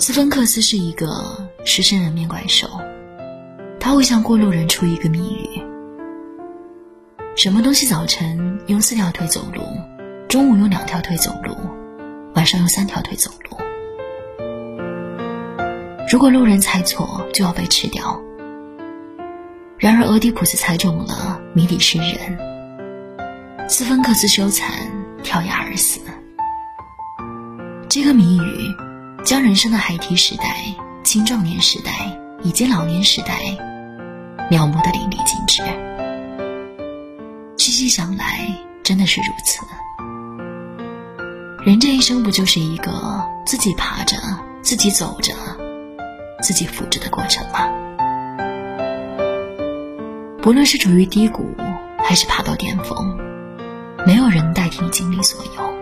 斯芬克斯是一个狮身人面怪兽，他会向过路人出一个谜语：什么东西早晨用4条腿走路，中午用2条腿走路，晚上用3条腿走路？如果路人猜错，就要被吃掉。然而俄狄浦斯猜中了谜底是人，斯芬克斯羞惭跳崖而死。这个谜语将人生的孩提时代、青壮年时代以及老年时代描摹得淋漓尽致。细细想来，真的是如此。人这一生不就是一个自己爬着、自己走着、自己扶着的过程吗？不论是处于低谷还是爬到巅峰，没有人代替你经历所有。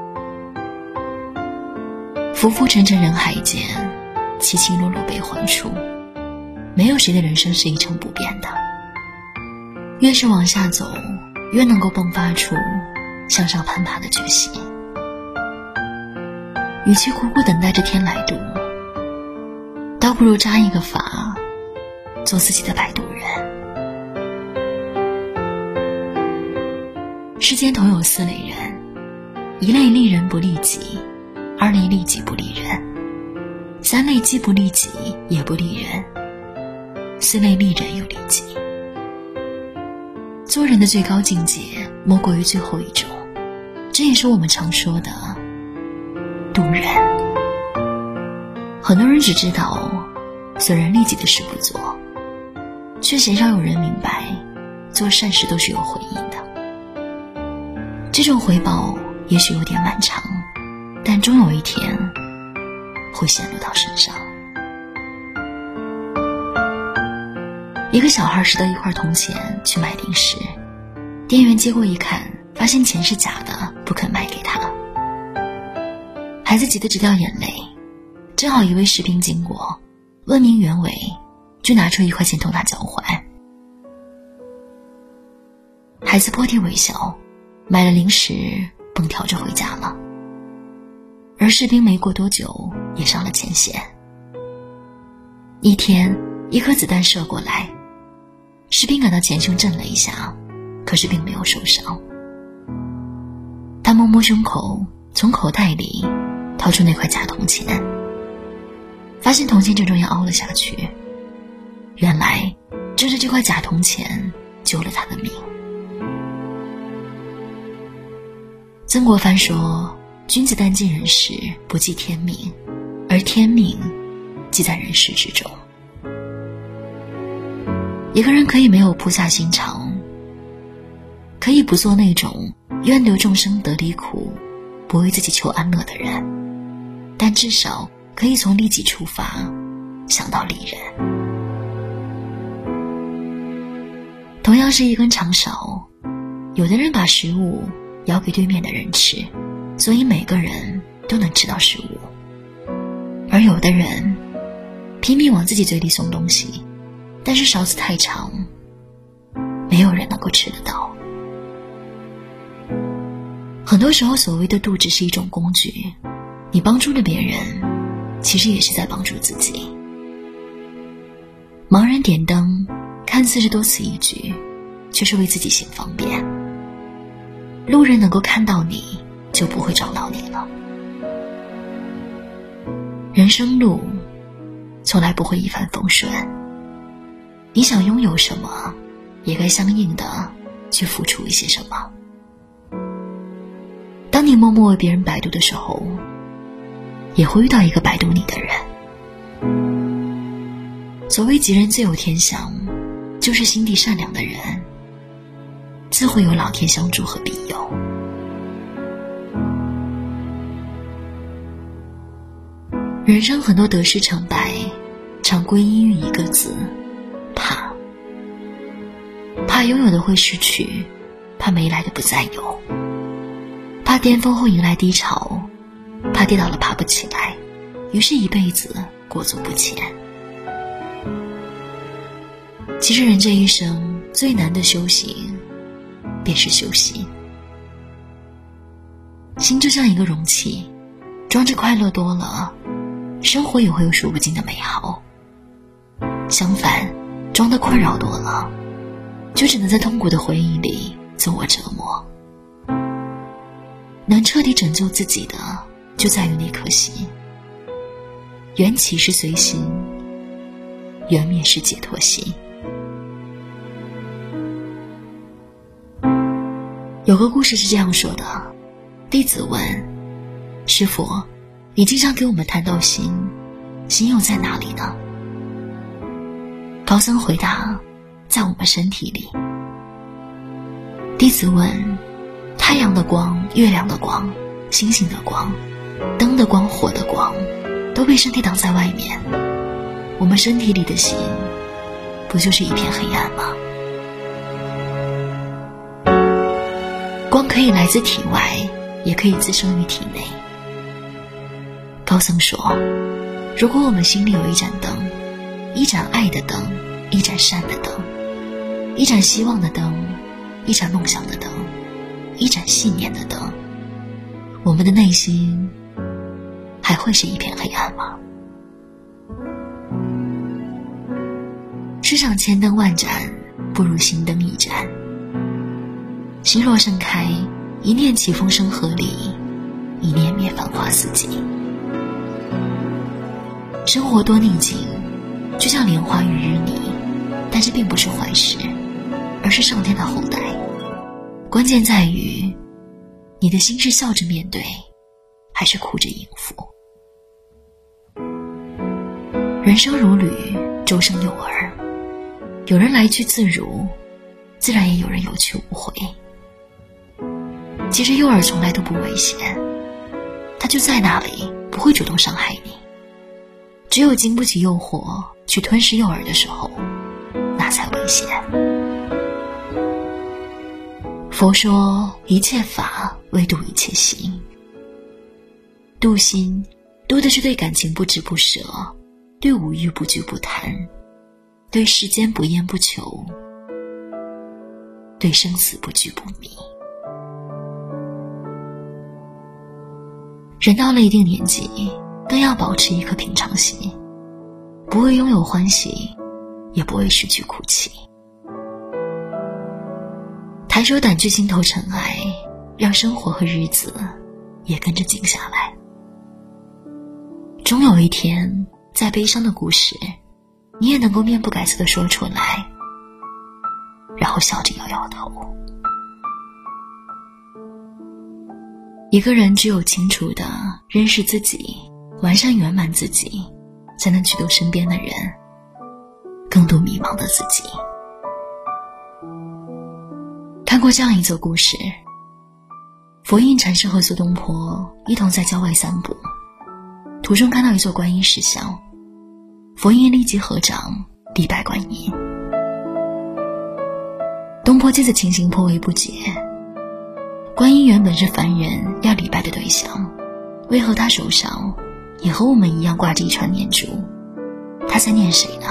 浮浮沉沉人海间，起起落落悲欢处，没有谁的人生是一成不变的。越是往下走，越能够迸发出向上攀爬的决心。与其苦苦等待着天来渡，倒不如扎一个法，做自己的摆渡人。世间同有4类人：一类利人不利己，2类利己不利人，3类既不利己也不利人，4类利人又利己。做人的最高境界莫过于最后一种，这也是我们常说的渡人。很多人只知道损人利己的事不做，却鲜少有人明白做善事都是有回应的。这种回报也许有点漫长，但终有一天会显露到身上。一个小孩拾得一块铜钱去买零食，店员接过一看，发现钱是假的，不肯卖给他。孩子急得直掉眼泪，正好一位士兵经过，问明原委，就拿出1块钱同他交换。孩子破涕为笑，买了零食蹦跳着回家了。而士兵没过多久也上了前线。一天，一颗子弹射过来，士兵感到前胸震了一下，可是并没有受伤。他摸摸胸口，从口袋里掏出那块假铜钱，发现铜钱就这样凹了下去。原来正是这块假铜钱救了他的命。曾国藩说，君子但尽人事，不计天命，而天命即在人事之中。一个人可以没有菩萨心肠，可以不做那种愿得众生得离苦，不为自己求安乐的人，但至少可以从利己出发，想到利人。同样是一根长勺，有的人把食物舀给对面的人吃，所以每个人都能吃到食物，而有的人拼命往自己嘴里送东西，但是勺子太长，没有人能够吃得到。很多时候所谓的度只是一种工具，你帮助了别人，其实也是在帮助自己。盲人点灯看似是多此一举，却是为自己行方便。路人能够看到你，就不会找到你了。人生路从来不会一帆风顺，你想拥有什么，也该相应的去付出一些什么。当你默默为别人摆渡的时候，也会遇到一个摆渡你的人。所谓吉人自有天相，就是心地善良的人，自会有老天相助和庇佑。人生很多得失成败，常归因于一个字：怕。怕拥有的会失去，怕没来的不再有，怕巅峰后迎来低潮，怕跌倒了爬不起来，于是一辈子裹足不前。其实人这一生最难的修行便是修心。心就像一个容器，装着快乐多了， 生活也会有数不尽的美好。相反，装的困扰多了，就只能在痛苦的回忆里自我折磨。能彻底拯救自己的，就在于那颗心。缘起是随心，缘灭是解脱心。有个故事是这样说的，弟子问师父，你经常给我们谈到心，心又在哪里呢？高僧回答，在我们身体里。弟子问，太阳的光、月亮的光、星星的光、灯的光、火的光都被身体挡在外面，我们身体里的心不就是一片黑暗吗？光可以来自体外，也可以滋生于体内。高僧说，如果我们心里有一盏灯，一盏爱的灯，一盏善的灯，一盏希望的灯，一盏梦想的灯，一盏信念的灯，我们的内心还会是一片黑暗吗？世上千灯万盏，不如心灯一盏。心若盛开，一念起风生河里，一念灭繁花似锦。生活多逆境，就像莲花与日泥，但这并不是坏事，而是上天的厚待。关键在于你的心是笑着面对，还是哭着应付。人生如旅，周生有儿，有人来去自如，自然也有人有去无回。其实诱饵从来都不危险，它就在那里，不会主动伤害你。只有经不起诱惑去吞噬诱饵的时候，那才危险。佛说，一切法唯度一切心。度心，度的是对感情不执不舍，对五欲不惧不贪，对世间不厌不求，对生死不惧不迷。人到了一定年纪，更要保持一颗平常心，不会拥有欢喜，也不会失去哭泣。抬手掸去心头尘埃，让生活和日子也跟着静下来。终有一天，再悲伤的故事，你也能够面不改色地说出来，然后笑着摇摇头。一个人只有清楚地认识自己，完善圆满自己，才能去度身边的人，更度迷茫的自己。看过这样一则故事，佛印禅师和苏东坡一同在郊外散步，途中看到一座观音石像，佛印立即合掌礼拜观音。东坡见此情形颇为不解，观音原本是凡人要礼拜的对象，为何他手上也和我们一样挂着一串念珠？他在念谁呢？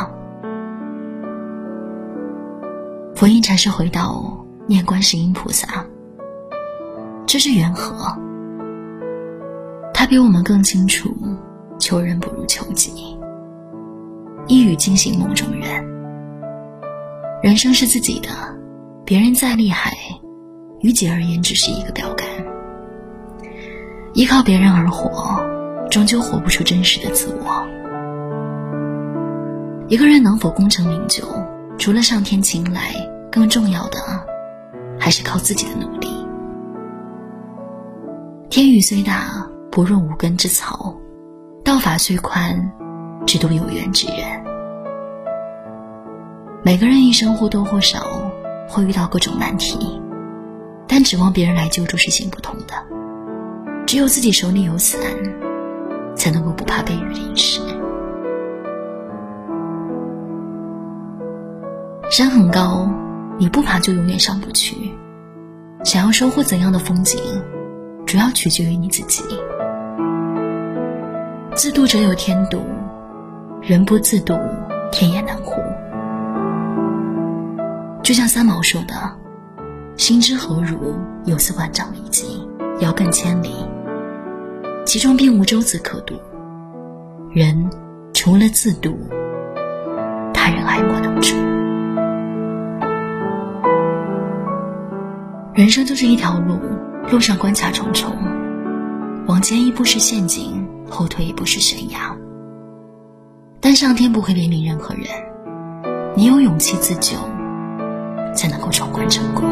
佛印禅师回道，念观世音菩萨。这是缘何？他比我们更清楚，求人不如求己。一语惊醒梦中人。人生是自己的，别人再厉害，于己而言只是一个标杆。依靠别人而活，终究活不出真实的自我。一个人能否功成名就，除了上天青睐，更重要的还是靠自己的努力。天宇虽大，不润无根之草；道法虽宽，只度有缘之人。每个人一生或多或少会遇到各种难题，但指望别人来救助是行不通的。只有自己手里有伞，才能够不怕被雨淋湿。山很高，你不爬就永远上不去。想要收获怎样的风景，主要取决于你自己。自度者有天度，人不自度，天也难护。就像三毛说的，心之何如，有似万丈迷津，遥亘千里，其中并无舟子可渡。 人除了自渡，他人爱莫能助。人生就是一条路，路上关卡重重，往前一步是陷阱，后退一步是悬崖。但上天不会怜悯任何人，你有勇气自救，才能够闯关成功。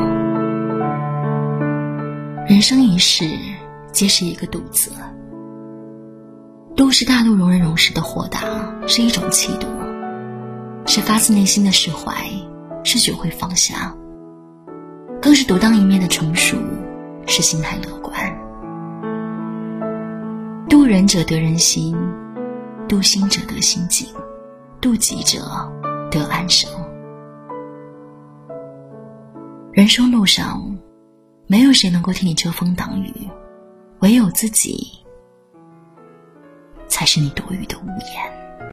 人生一世，皆是一个渡字。渡是大陆容人容事的豁达，是一种气度，是发自内心的释怀，是学会放下，更是独当一面的成熟，是心态乐观。渡人者得人心，渡心者得心境，渡己者得安生。人生路上，没有谁能够替你遮风挡雨，唯有自己才是你躲雨的屋檐。